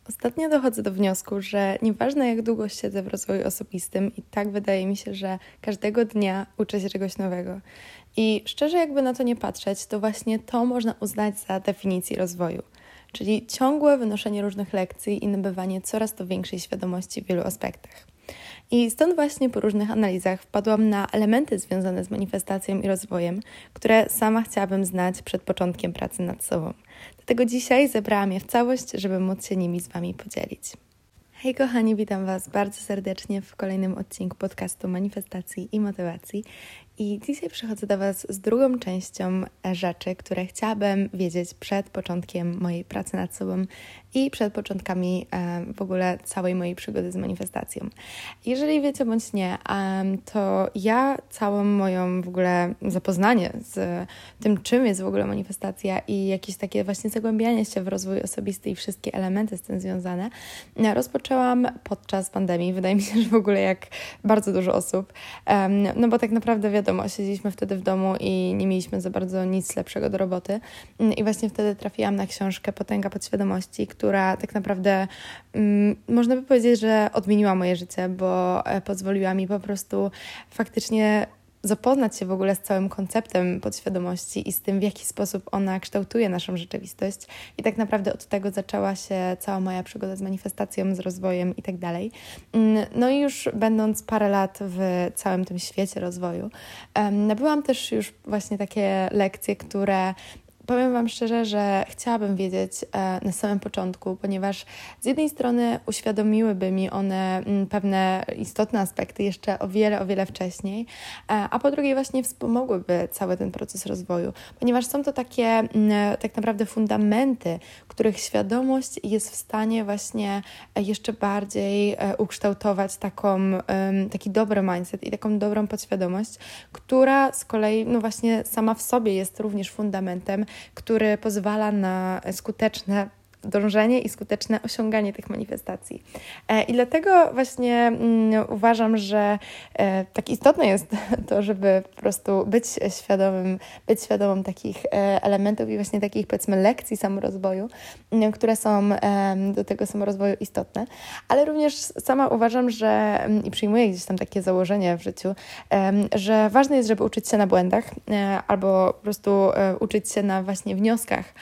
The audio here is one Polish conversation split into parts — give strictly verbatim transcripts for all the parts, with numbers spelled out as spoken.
Ostatnio dochodzę do wniosku, że nieważne jak długo siedzę w rozwoju osobistym, i tak wydaje mi się, że każdego dnia uczę się czegoś nowego. I szczerze jakby na to nie patrzeć, to właśnie to można uznać za definicję rozwoju. Czyli ciągłe wynoszenie różnych lekcji i nabywanie coraz to większej świadomości w wielu aspektach. I stąd właśnie po różnych analizach wpadłam na elementy związane z manifestacją i rozwojem, które sama chciałabym znać przed początkiem pracy nad sobą. Dlatego dzisiaj zebrałam je w całość, żeby móc się nimi z Wami podzielić. Hej kochani, witam Was bardzo serdecznie w kolejnym odcinku podcastu Manifestacji i Motywacji. I dzisiaj przychodzę do Was z drugą częścią rzeczy, które chciałabym wiedzieć przed początkiem mojej pracy nad sobą i przed początkami w ogóle całej mojej przygody z manifestacją. Jeżeli wiecie bądź nie, to ja całą moją w ogóle zapoznanie z tym, czym jest w ogóle manifestacja i jakieś takie właśnie zagłębianie się w rozwój osobisty i wszystkie elementy z tym związane, rozpoczęłam podczas pandemii. Wydaje mi się, że w ogóle jak bardzo dużo osób, no bo tak naprawdę wiadomo, siedzieliśmy wtedy w domu i nie mieliśmy za bardzo nic lepszego do roboty i właśnie wtedy trafiłam na książkę Potęga Podświadomości, która tak naprawdę um, można by powiedzieć, że odmieniła moje życie, bo pozwoliła mi po prostu faktycznie zapoznać się w ogóle z całym konceptem podświadomości i z tym, w jaki sposób ona kształtuje naszą rzeczywistość. I tak naprawdę od tego zaczęła się cała moja przygoda z manifestacją, z rozwojem i tak dalej. No i już będąc parę lat w całym tym świecie rozwoju, nabyłam też już właśnie takie lekcje, które powiem Wam szczerze, że chciałabym wiedzieć e, na samym początku, ponieważ z jednej strony uświadomiłyby mi one m, pewne istotne aspekty jeszcze o wiele, o wiele wcześniej, e, a po drugie właśnie wspomogłyby cały ten proces rozwoju, ponieważ są to takie m, tak naprawdę fundamenty, których świadomość jest w stanie właśnie jeszcze bardziej e, ukształtować taką, e, taki dobry mindset i taką dobrą podświadomość, która z kolei no właśnie sama w sobie jest również fundamentem, który pozwala na skuteczne dążenie i skuteczne osiąganie tych manifestacji. I dlatego właśnie mm, uważam, że e, tak istotne jest to, żeby po prostu być świadomym, być świadomym takich e, elementów i właśnie takich, powiedzmy, lekcji samorozwoju, m, które są e, do tego samorozwoju istotne, ale również sama uważam, że m, i przyjmuję gdzieś tam takie założenie w życiu, e, że ważne jest, żeby uczyć się na błędach e, albo po prostu e, uczyć się na właśnie wnioskach,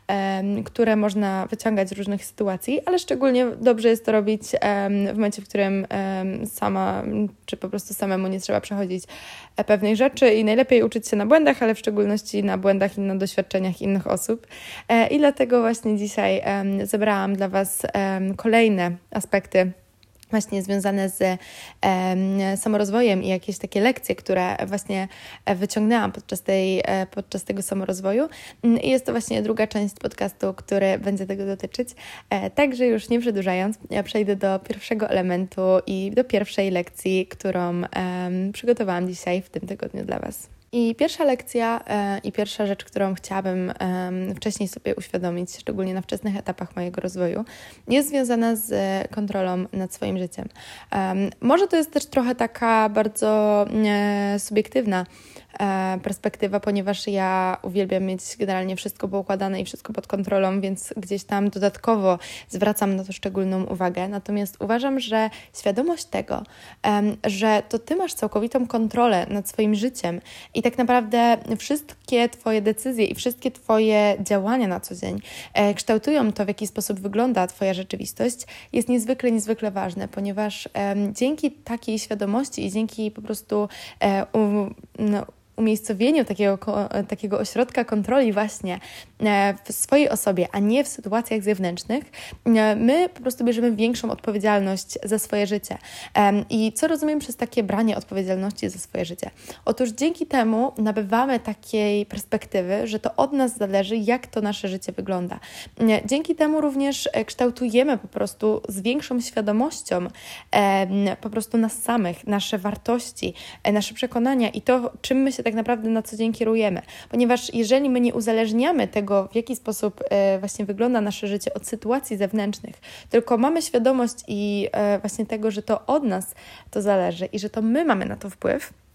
które można wyciągać z różnych sytuacji, ale szczególnie dobrze jest to robić w momencie, w którym sama, czy po prostu samemu nie trzeba przechodzić pewnych rzeczy i najlepiej uczyć się na błędach, ale w szczególności na błędach i na doświadczeniach innych osób. I dlatego właśnie dzisiaj zebrałam dla Was kolejne aspekty właśnie związane z e, samorozwojem i jakieś takie lekcje, które właśnie wyciągnęłam podczas, tej, e, podczas tego samorozwoju. I jest to właśnie druga część podcastu, który będzie tego dotyczyć. E, także już nie przedłużając, ja przejdę do pierwszego elementu i do pierwszej lekcji, którą e, przygotowałam dzisiaj w tym tygodniu dla Was. I pierwsza lekcja e, i pierwsza rzecz, którą chciałabym e, wcześniej sobie uświadomić, szczególnie na wczesnych etapach mojego rozwoju, jest związana z kontrolą nad swoim życiem. E, może to jest też trochę taka bardzo e, subiektywna e, perspektywa, ponieważ ja uwielbiam mieć generalnie wszystko poukładane i wszystko pod kontrolą, więc gdzieś tam dodatkowo zwracam na to szczególną uwagę. Natomiast uważam, że świadomość tego, e, że to Ty masz całkowitą kontrolę nad swoim życiem i tak naprawdę wszystkie Twoje decyzje i wszystkie Twoje działania na co dzień e, kształtują to, w jaki sposób wygląda Twoja rzeczywistość, jest niezwykle, niezwykle ważne, ponieważ e, dzięki takiej świadomości i dzięki po prostu e, um, no, umiejscowieniu takiego, takiego ośrodka kontroli właśnie w swojej osobie, a nie w sytuacjach zewnętrznych, my po prostu bierzemy większą odpowiedzialność za swoje życie. I co rozumiem przez takie branie odpowiedzialności za swoje życie? Otóż dzięki temu nabywamy takiej perspektywy, że to od nas zależy, jak to nasze życie wygląda. Dzięki temu również kształtujemy po prostu z większą świadomością po prostu nas samych, nasze wartości, nasze przekonania i to, czym my się tak naprawdę na co dzień kierujemy. Ponieważ jeżeli my nie uzależniamy tego, w jaki sposób e, właśnie wygląda nasze życie od sytuacji zewnętrznych, tylko mamy świadomość i e, właśnie tego, że to od nas to zależy i że to my mamy na to wpływ,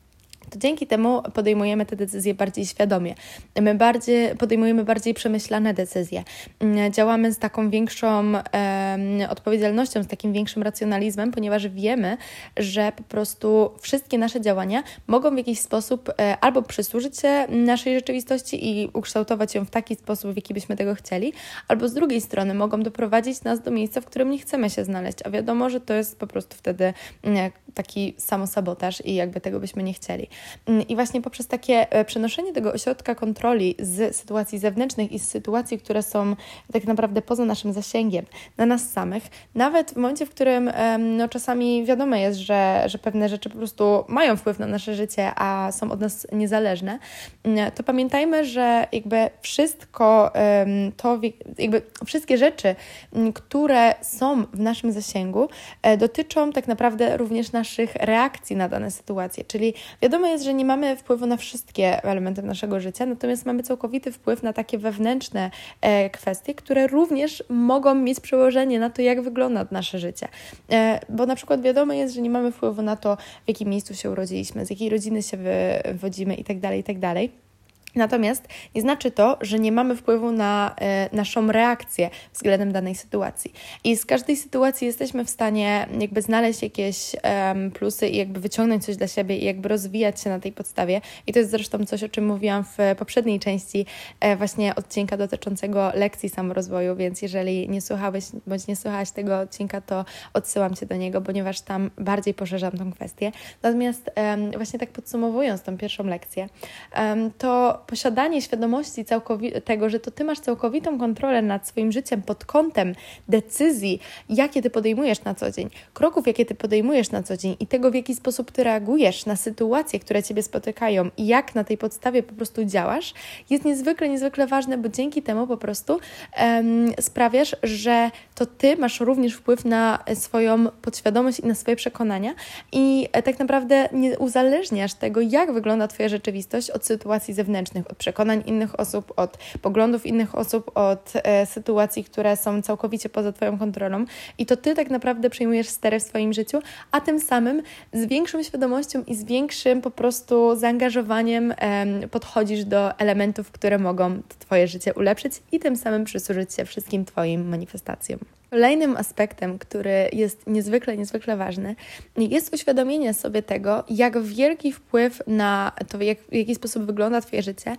to dzięki temu podejmujemy te decyzje bardziej świadomie. My bardziej podejmujemy bardziej przemyślane decyzje. Działamy z taką większą e, odpowiedzialnością, z takim większym racjonalizmem, ponieważ wiemy, że po prostu wszystkie nasze działania mogą w jakiś sposób e, albo przysłużyć się naszej rzeczywistości i ukształtować ją w taki sposób, w jaki byśmy tego chcieli, albo z drugiej strony mogą doprowadzić nas do miejsca, w którym nie chcemy się znaleźć, a wiadomo, że to jest po prostu wtedy nie, taki samosabotaż i jakby tego byśmy nie chcieli. I właśnie poprzez takie przenoszenie tego ośrodka kontroli z sytuacji zewnętrznych i z sytuacji, które są tak naprawdę poza naszym zasięgiem, na nas samych, nawet w momencie, w którym no, czasami wiadomo jest, że, że pewne rzeczy po prostu mają wpływ na nasze życie, a są od nas niezależne, to pamiętajmy, że jakby wszystko to, jakby wszystkie rzeczy, które są w naszym zasięgu, dotyczą tak naprawdę również naszych reakcji na dane sytuacje, czyli wiadomo jest, że nie mamy wpływu na wszystkie elementy naszego życia, natomiast mamy całkowity wpływ na takie wewnętrzne e, kwestie, które również mogą mieć przełożenie na to, jak wygląda nasze życie. E, bo na przykład wiadomo jest, że nie mamy wpływu na to, w jakim miejscu się urodziliśmy, z jakiej rodziny się wywodzimy itd., itd. Natomiast nie znaczy to, że nie mamy wpływu na e, naszą reakcję względem danej sytuacji. I z każdej sytuacji jesteśmy w stanie jakby znaleźć jakieś e, plusy i jakby wyciągnąć coś dla siebie i jakby rozwijać się na tej podstawie. I to jest zresztą coś, o czym mówiłam w poprzedniej części e, właśnie odcinka dotyczącego lekcji samorozwoju, więc jeżeli nie słuchałeś bądź nie słuchałaś tego odcinka, to odsyłam Cię do niego, ponieważ tam bardziej poszerzam tą kwestię. Natomiast e, właśnie tak podsumowując tą pierwszą lekcję, e, to posiadanie świadomości całkowi- tego, że to Ty masz całkowitą kontrolę nad swoim życiem pod kątem decyzji, jakie Ty podejmujesz na co dzień, kroków, jakie Ty podejmujesz na co dzień i tego, w jaki sposób Ty reagujesz na sytuacje, które Ciebie spotykają i jak na tej podstawie po prostu działasz, jest niezwykle, niezwykle ważne, bo dzięki temu po prostu um, sprawiasz, że to Ty masz również wpływ na swoją podświadomość i na swoje przekonania i tak naprawdę nie uzależniasz tego, jak wygląda Twoja rzeczywistość od sytuacji zewnętrznych, od przekonań innych osób, od poglądów innych osób, od e, sytuacji, które są całkowicie poza Twoją kontrolą i to Ty tak naprawdę przejmujesz sterę w swoim życiu, a tym samym z większą świadomością i z większym po prostu zaangażowaniem e, podchodzisz do elementów, które mogą Twoje życie ulepszyć i tym samym przysłużyć się wszystkim Twoim manifestacjom. Kolejnym aspektem, który jest niezwykle, niezwykle ważny, jest uświadomienie sobie tego, jak wielki wpływ na to, jak, w jaki sposób wygląda Twoje życie,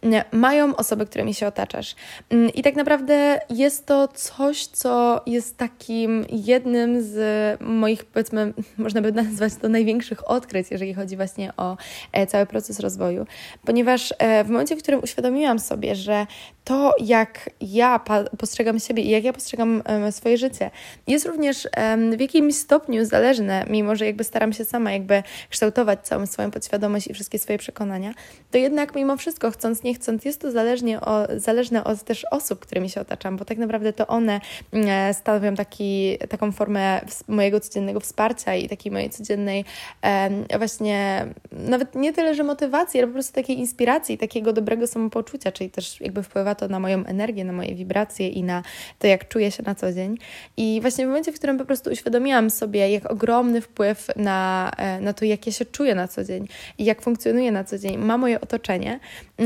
mają osoby, którymi się otaczasz. I tak naprawdę jest to coś, co jest takim jednym z moich, powiedzmy, można by nazwać to największych odkryć, jeżeli chodzi właśnie o cały proces rozwoju, ponieważ w momencie, w którym uświadomiłam sobie, że to, jak ja postrzegam siebie i jak ja postrzegam swoje życie, jest również w jakimś stopniu zależne, mimo że jakby staram się sama jakby kształtować całą swoją podświadomość i wszystkie swoje przekonania, to jednak mimo wszystko, chcąc, nie chcąc, jest to zależnie o, zależne od też osób, którymi się otaczam, bo tak naprawdę to one stanowią taki, taką formę mojego codziennego wsparcia i takiej mojej codziennej właśnie, nawet nie tyle, że motywacji, ale po prostu takiej inspiracji, takiego dobrego samopoczucia, czyli też jakby wpływa to na moją energię, na moje wibracje i na to, jak czuję się na co dzień. I właśnie w momencie, w którym po prostu uświadomiłam sobie, jak ogromny wpływ na, na to, jak ja się czuję na co dzień i jak funkcjonuję na co dzień ma moje otoczenie,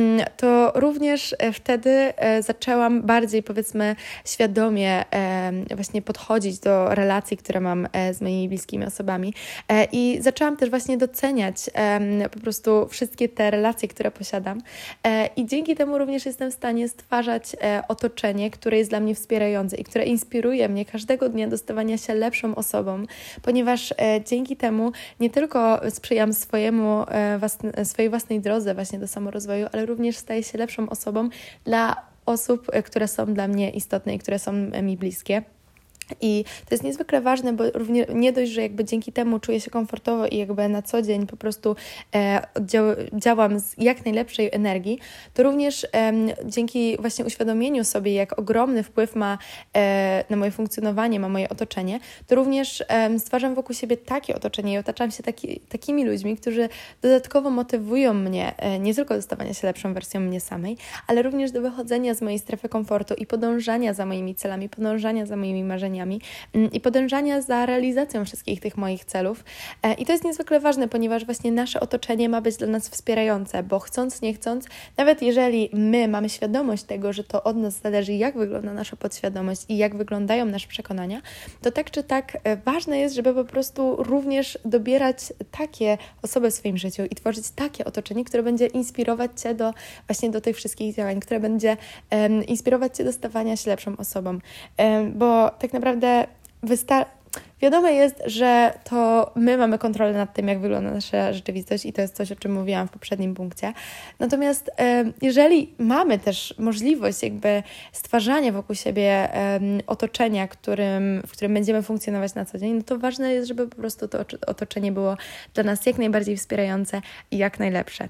to również wtedy zaczęłam bardziej, powiedzmy, świadomie właśnie podchodzić do relacji, które mam z moimi bliskimi osobami i zaczęłam też właśnie doceniać po prostu wszystkie te relacje, które posiadam i dzięki temu również jestem w stanie stwarzać otoczenie, które jest dla mnie wspierające i które inspiruje mnie każdego dnia do stawania się lepszą osobą, ponieważ dzięki temu nie tylko sprzyjam swojemu, swojej własnej drodze właśnie do samorozwoju, ale również staję się lepszą osobą dla osób, które są dla mnie istotne i które są mi bliskie. I to jest niezwykle ważne, bo równie, nie dość, że jakby dzięki temu czuję się komfortowo i jakby na co dzień po prostu e, dział, działam z jak najlepszej energii, to również e, dzięki właśnie uświadomieniu sobie, jak ogromny wpływ ma e, na moje funkcjonowanie, ma moje otoczenie, to również e, stwarzam wokół siebie takie otoczenie i otaczam się taki, takimi ludźmi, którzy dodatkowo motywują mnie e, nie tylko do stawania się lepszą wersją mnie samej, ale również do wychodzenia z mojej strefy komfortu i podążania za moimi celami, podążania za moimi marzeniami, oczekiwaniami i podążania za realizacją wszystkich tych moich celów. I to jest niezwykle ważne, ponieważ właśnie nasze otoczenie ma być dla nas wspierające, bo chcąc, nie chcąc, nawet jeżeli my mamy świadomość tego, że to od nas zależy, jak wygląda nasza podświadomość i jak wyglądają nasze przekonania, to tak czy tak ważne jest, żeby po prostu również dobierać takie osoby w swoim życiu i tworzyć takie otoczenie, które będzie inspirować Cię do właśnie do tych wszystkich działań, które będzie um, inspirować Cię do stawania się lepszą osobą. Um, bo tak naprawdę wystarczy. Wiadome jest, że to my mamy kontrolę nad tym, jak wygląda nasza rzeczywistość i to jest coś, o czym mówiłam w poprzednim punkcie. Natomiast jeżeli mamy też możliwość jakby stwarzania wokół siebie otoczenia, którym, w którym będziemy funkcjonować na co dzień, no to ważne jest, żeby po prostu to otoczenie było dla nas jak najbardziej wspierające i jak najlepsze.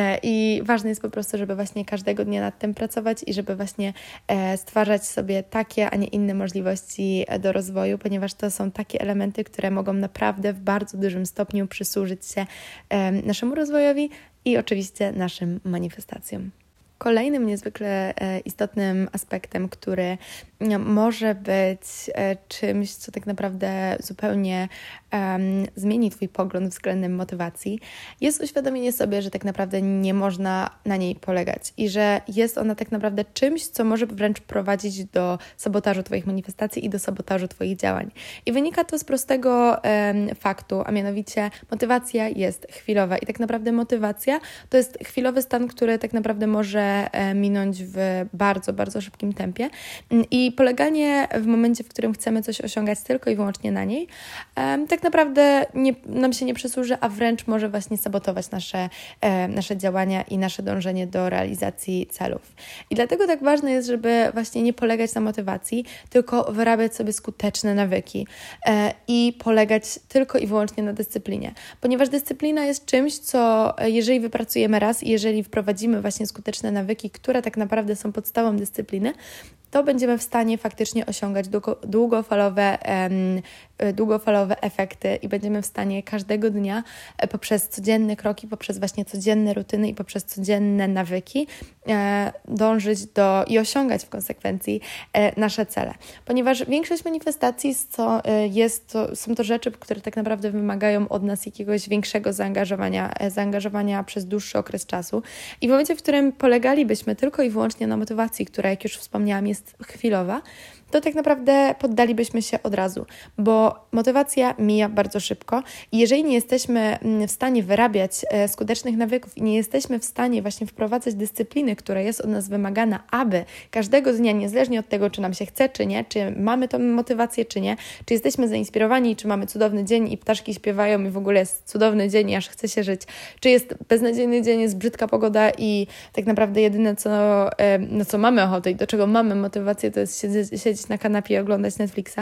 I ważne jest po prostu, żeby właśnie każdego dnia nad tym pracować i żeby właśnie stwarzać sobie takie, a nie inne możliwości do rozwoju, ponieważ to są takie elementy, które mogą naprawdę w bardzo dużym stopniu przysłużyć się naszemu rozwojowi i oczywiście naszym manifestacjom. Kolejnym niezwykle istotnym aspektem, który może być czymś, co tak naprawdę zupełnie um, zmieni Twój pogląd względem motywacji, jest uświadomienie sobie, że tak naprawdę nie można na niej polegać i że jest ona tak naprawdę czymś, co może wręcz prowadzić do sabotażu Twoich manifestacji i do sabotażu Twoich działań. I wynika to z prostego um, faktu, a mianowicie motywacja jest chwilowa i tak naprawdę motywacja to jest chwilowy stan, który tak naprawdę może um, minąć w bardzo, bardzo szybkim tempie i poleganie w momencie, w którym chcemy coś osiągać tylko i wyłącznie na niej, um, tak naprawdę nie, nam się nie przysłuży, a wręcz może właśnie sabotować nasze, e, nasze działania i nasze dążenie do realizacji celów. I dlatego tak ważne jest, żeby właśnie nie polegać na motywacji, tylko wyrabiać sobie skuteczne nawyki e, i polegać tylko i wyłącznie na dyscyplinie. Ponieważ dyscyplina jest czymś, co jeżeli wypracujemy raz i jeżeli wprowadzimy właśnie skuteczne nawyki, które tak naprawdę są podstawą dyscypliny, to będziemy w stanie faktycznie osiągać długo, długofalowe, um, długofalowe efekty i będziemy w stanie każdego dnia poprzez codzienne kroki, poprzez właśnie codzienne rutyny i poprzez codzienne nawyki e, dążyć do i osiągać w konsekwencji e, nasze cele. Ponieważ większość manifestacji to, e, jest to, są to rzeczy, które tak naprawdę wymagają od nas jakiegoś większego zaangażowania, e, zaangażowania przez dłuższy okres czasu i w momencie, w którym polegalibyśmy tylko i wyłącznie na motywacji, która, jak już wspomniałam, jest chwilowa, to tak naprawdę poddalibyśmy się od razu, bo motywacja mija bardzo szybko i jeżeli nie jesteśmy w stanie wyrabiać skutecznych nawyków i nie jesteśmy w stanie właśnie wprowadzać dyscypliny, która jest od nas wymagana, aby każdego dnia, niezależnie od tego, czy nam się chce, czy nie, czy mamy tą motywację, czy nie, czy jesteśmy zainspirowani, czy mamy cudowny dzień i ptaszki śpiewają i w ogóle jest cudowny dzień i aż chce się żyć, czy jest beznadziejny dzień, jest brzydka pogoda i tak naprawdę jedyne, co, no, co mamy ochotę i do czego mamy motywację, to jest siedzieć, siedzieć na kanapie i oglądać Netflixa.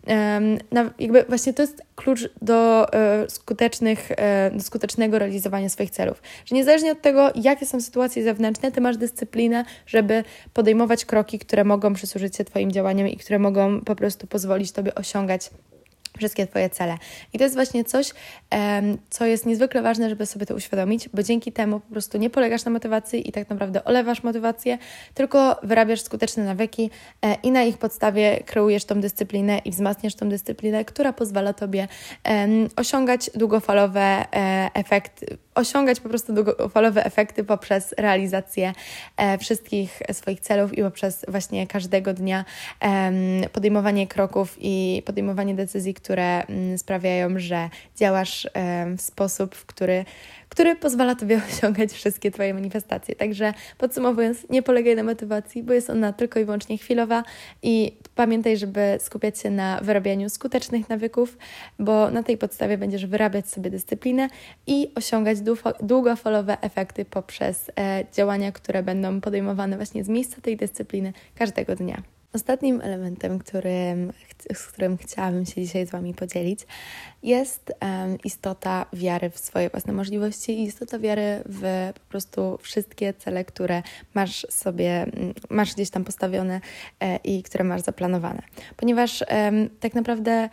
Um, na, jakby właśnie to jest klucz do, e, skutecznych, e, do skutecznego realizowania swoich celów. Że niezależnie od tego, jakie są sytuacje zewnętrzne, Ty masz dyscyplinę, żeby podejmować kroki, które mogą przysłużyć się Twoim działaniom i które mogą po prostu pozwolić Tobie osiągać wszystkie Twoje cele. I to jest właśnie coś, um, co jest niezwykle ważne, żeby sobie to uświadomić, bo dzięki temu po prostu nie polegasz na motywacji i tak naprawdę olewasz motywację, tylko wyrabiasz skuteczne nawyki e, i na ich podstawie kreujesz tą dyscyplinę i wzmacniasz tą dyscyplinę, która pozwala Tobie um, osiągać długofalowe e, efekty, osiągać po prostu długofalowe efekty poprzez realizację e, wszystkich swoich celów i poprzez właśnie każdego dnia e, podejmowanie kroków i podejmowanie decyzji, które m, sprawiają, że działasz e, w sposób, w który, który pozwala Tobie osiągać wszystkie Twoje manifestacje. Także podsumowując, nie polegaj na motywacji, bo jest ona tylko i wyłącznie chwilowa i pamiętaj, żeby skupiać się na wyrabianiu skutecznych nawyków, bo na tej podstawie będziesz wyrabiać sobie dyscyplinę i osiągać długofalowe efekty poprzez e, działania, które będą podejmowane właśnie z miejsca tej dyscypliny każdego dnia. Ostatnim elementem, którym, z którym chciałabym się dzisiaj z Wami podzielić, jest um, istota wiary w swoje własne możliwości i istota wiary w po prostu wszystkie cele, które masz sobie, masz gdzieś tam postawione e, i które masz zaplanowane. Ponieważ um, tak naprawdę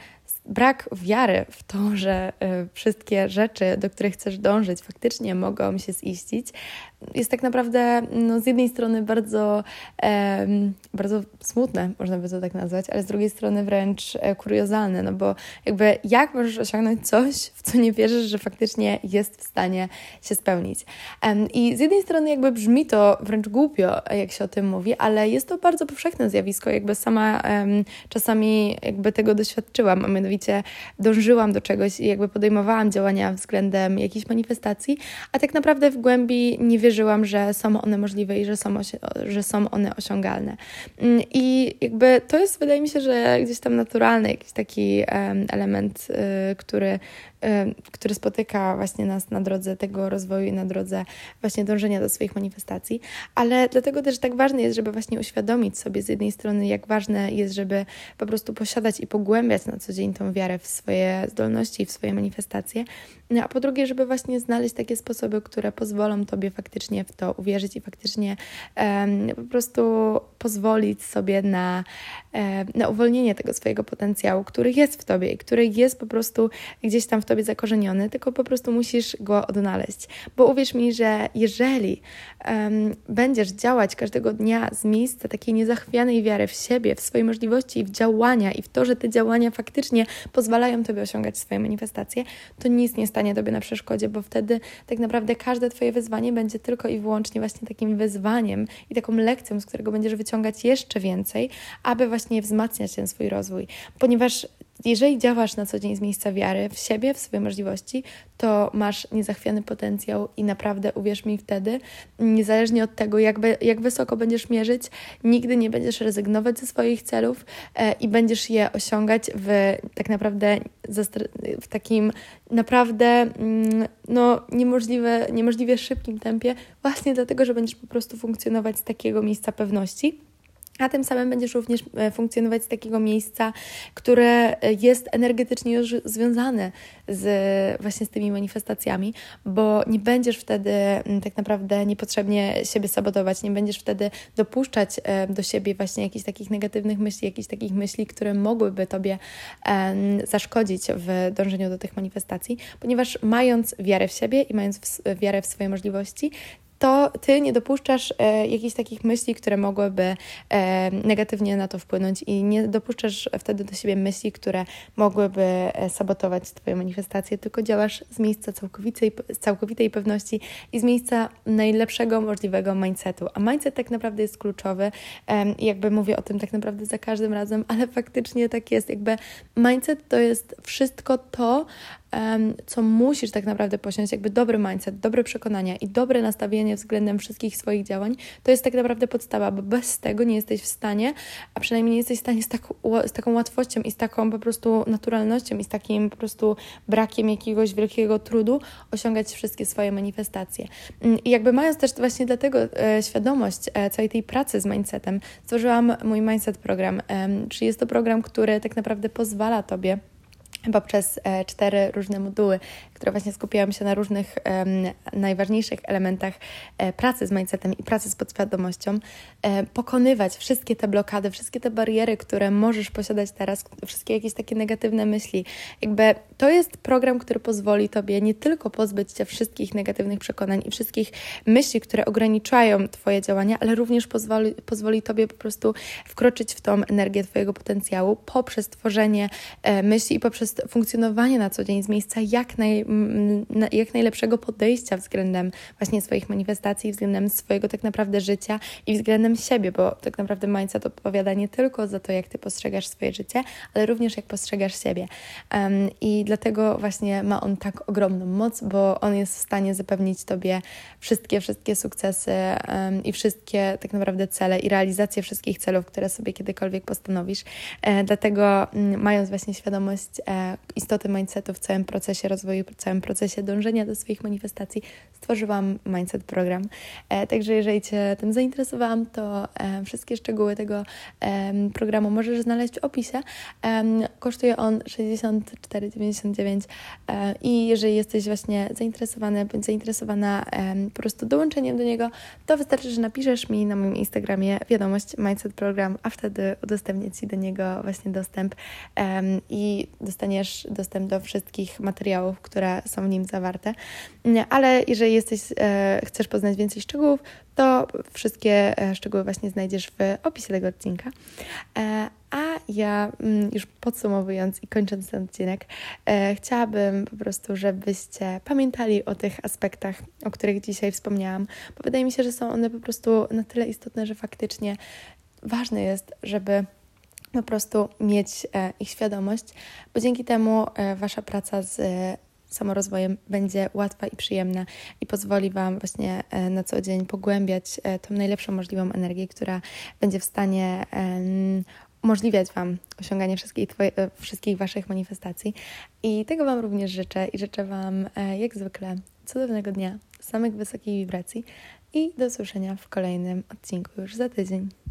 brak wiary w to, że y, wszystkie rzeczy, do których chcesz dążyć, faktycznie mogą się ziścić, jest tak naprawdę no, z jednej strony bardzo, e, bardzo smutne, można by to tak nazwać, ale z drugiej strony wręcz e, kuriozalne, no bo jakby jak możesz osiągnąć coś, w co nie wierzysz, że faktycznie jest w stanie się spełnić. E, I z jednej strony jakby brzmi to wręcz głupio, jak się o tym mówi, ale jest to bardzo powszechne zjawisko, jakby sama e, czasami jakby tego doświadczyłam, a mianowicie dążyłam do czegoś i jakby podejmowałam działania względem jakiejś manifestacji, a tak naprawdę w głębi nie wierzyłam, że są one możliwe i że są, że są one osiągalne. I jakby to jest, wydaje mi się, że gdzieś tam naturalny jakiś taki um, element, y, który, y, który spotyka właśnie nas na drodze tego rozwoju i na drodze właśnie dążenia do swoich manifestacji, ale dlatego też tak ważne jest, żeby właśnie uświadomić sobie z jednej strony, jak ważne jest, żeby po prostu posiadać i pogłębiać na co dzień tą wiarę w swoje zdolności i w swoje manifestacje, no, a po drugie, żeby właśnie znaleźć takie sposoby, które pozwolą Tobie faktycznie w to uwierzyć i faktycznie um, po prostu pozwolić sobie na, um, na uwolnienie tego swojego potencjału, który jest w Tobie i który jest po prostu gdzieś tam w Tobie zakorzeniony, tylko po prostu musisz go odnaleźć. Bo uwierz mi, że jeżeli um, będziesz działać każdego dnia z miejsca takiej niezachwianej wiary w siebie, w swoje możliwości i w działania i w to, że te działania faktycznie pozwalają Tobie osiągać swoje manifestacje, to nic nie stanie Tobie na przeszkodzie, bo wtedy tak naprawdę każde Twoje wyzwanie będzie tylko i wyłącznie właśnie takim wyzwaniem i taką lekcją, z którego będziesz wyciągać jeszcze więcej, aby właśnie wzmacniać ten swój rozwój. Ponieważ jeżeli działasz na co dzień z miejsca wiary w siebie, w swoje możliwości, to masz niezachwiany potencjał i naprawdę, uwierz mi, wtedy, niezależnie od tego, jak, be, jak wysoko będziesz mierzyć, nigdy nie będziesz rezygnować ze swoich celów e, i będziesz je osiągać w tak naprawdę w takim naprawdę mm, no, niemożliwe, niemożliwie szybkim tempie, właśnie dlatego, że będziesz po prostu funkcjonować z takiego miejsca pewności. A tym samym będziesz również funkcjonować z takiego miejsca, które jest energetycznie już związane z właśnie z tymi manifestacjami, bo nie będziesz wtedy tak naprawdę niepotrzebnie siebie sabotować, nie będziesz wtedy dopuszczać do siebie właśnie jakichś takich negatywnych myśli, jakichś takich myśli, które mogłyby Tobie zaszkodzić w dążeniu do tych manifestacji, ponieważ mając wiarę w siebie i mając wiarę w swoje możliwości, to Ty nie dopuszczasz e, jakichś takich myśli, które mogłyby e, negatywnie na to wpłynąć i nie dopuszczasz wtedy do siebie myśli, które mogłyby e, sabotować Twoje manifestacje, tylko działasz z miejsca całkowitej, całkowitej pewności i z miejsca najlepszego możliwego mindsetu. A mindset tak naprawdę jest kluczowy e, i jakby mówię o tym tak naprawdę za każdym razem, ale faktycznie tak jest. Jakby mindset to jest wszystko to, co musisz tak naprawdę posiąść, jakby dobry mindset, dobre przekonania i dobre nastawienie względem wszystkich swoich działań, to jest tak naprawdę podstawa, bo bez tego nie jesteś w stanie, a przynajmniej nie jesteś w stanie z, tak, z taką łatwością i z taką po prostu naturalnością i z takim po prostu brakiem jakiegoś wielkiego trudu osiągać wszystkie swoje manifestacje. I jakby mając też właśnie dlatego e, świadomość e, całej tej pracy z mindsetem, stworzyłam mój Mindset Program, e, czyli jest to program, który tak naprawdę pozwala Tobie poprzez e, cztery różne moduły, które właśnie skupiają się na różnych e, najważniejszych elementach e, pracy z mindsetem i pracy z podświadomością, e, pokonywać wszystkie te blokady, wszystkie te bariery, które możesz posiadać teraz, wszystkie jakieś takie negatywne myśli. Jakby to jest program, który pozwoli Tobie nie tylko pozbyć się wszystkich negatywnych przekonań i wszystkich myśli, które ograniczają Twoje działania, ale również pozwoli, pozwoli Tobie po prostu wkroczyć w tą energię Twojego potencjału poprzez tworzenie e, myśli i poprzez funkcjonowanie na co dzień z miejsca jak, naj, jak najlepszego podejścia względem właśnie swoich manifestacji, względem swojego tak naprawdę życia i względem siebie, bo tak naprawdę mindset odpowiada nie tylko za to, jak Ty postrzegasz swoje życie, ale również jak postrzegasz siebie. Um, I dlatego właśnie ma on tak ogromną moc, bo on jest w stanie zapewnić Tobie wszystkie, wszystkie sukcesy um, i wszystkie tak naprawdę cele i realizację wszystkich celów, które sobie kiedykolwiek postanowisz. E, dlatego m, mając właśnie świadomość, e, istoty mindsetu w całym procesie rozwoju, w całym procesie dążenia do swoich manifestacji, stworzyłam Mindset Program. E, także jeżeli Cię tym zainteresowałam, to e, wszystkie szczegóły tego e, programu możesz znaleźć w opisie. E, kosztuje on sześćdziesiąt cztery dziewięćdziesiąt dziewięć e, i jeżeli jesteś właśnie zainteresowany bądź zainteresowana e, po prostu dołączeniem do niego, to wystarczy, że napiszesz mi na moim Instagramie wiadomość Mindset Program, a wtedy udostępnię Ci do niego właśnie dostęp e, i dostaniesz dostęp do wszystkich materiałów, które są w nim zawarte. Ale jeżeli jesteś, e, chcesz poznać więcej szczegółów, to wszystkie e, szczegóły właśnie znajdziesz w opisie tego odcinka. E, a ja mm, już podsumowując i kończąc ten odcinek, e, chciałabym po prostu, żebyście pamiętali o tych aspektach, o których dzisiaj wspomniałam, bo wydaje mi się, że są one po prostu na tyle istotne, że faktycznie ważne jest, żeby po prostu mieć e, ich świadomość, bo dzięki temu e, Wasza praca z e, samorozwojem będzie łatwa i przyjemna i pozwoli Wam właśnie e, na co dzień pogłębiać e, tą najlepszą możliwą energię, która będzie w stanie e, umożliwiać Wam osiąganie wszystkich, twoje, e, wszystkich Waszych manifestacji. I tego Wam również życzę i życzę Wam e, jak zwykle cudownego dnia, samych wysokich wibracji i do usłyszenia w kolejnym odcinku już za tydzień.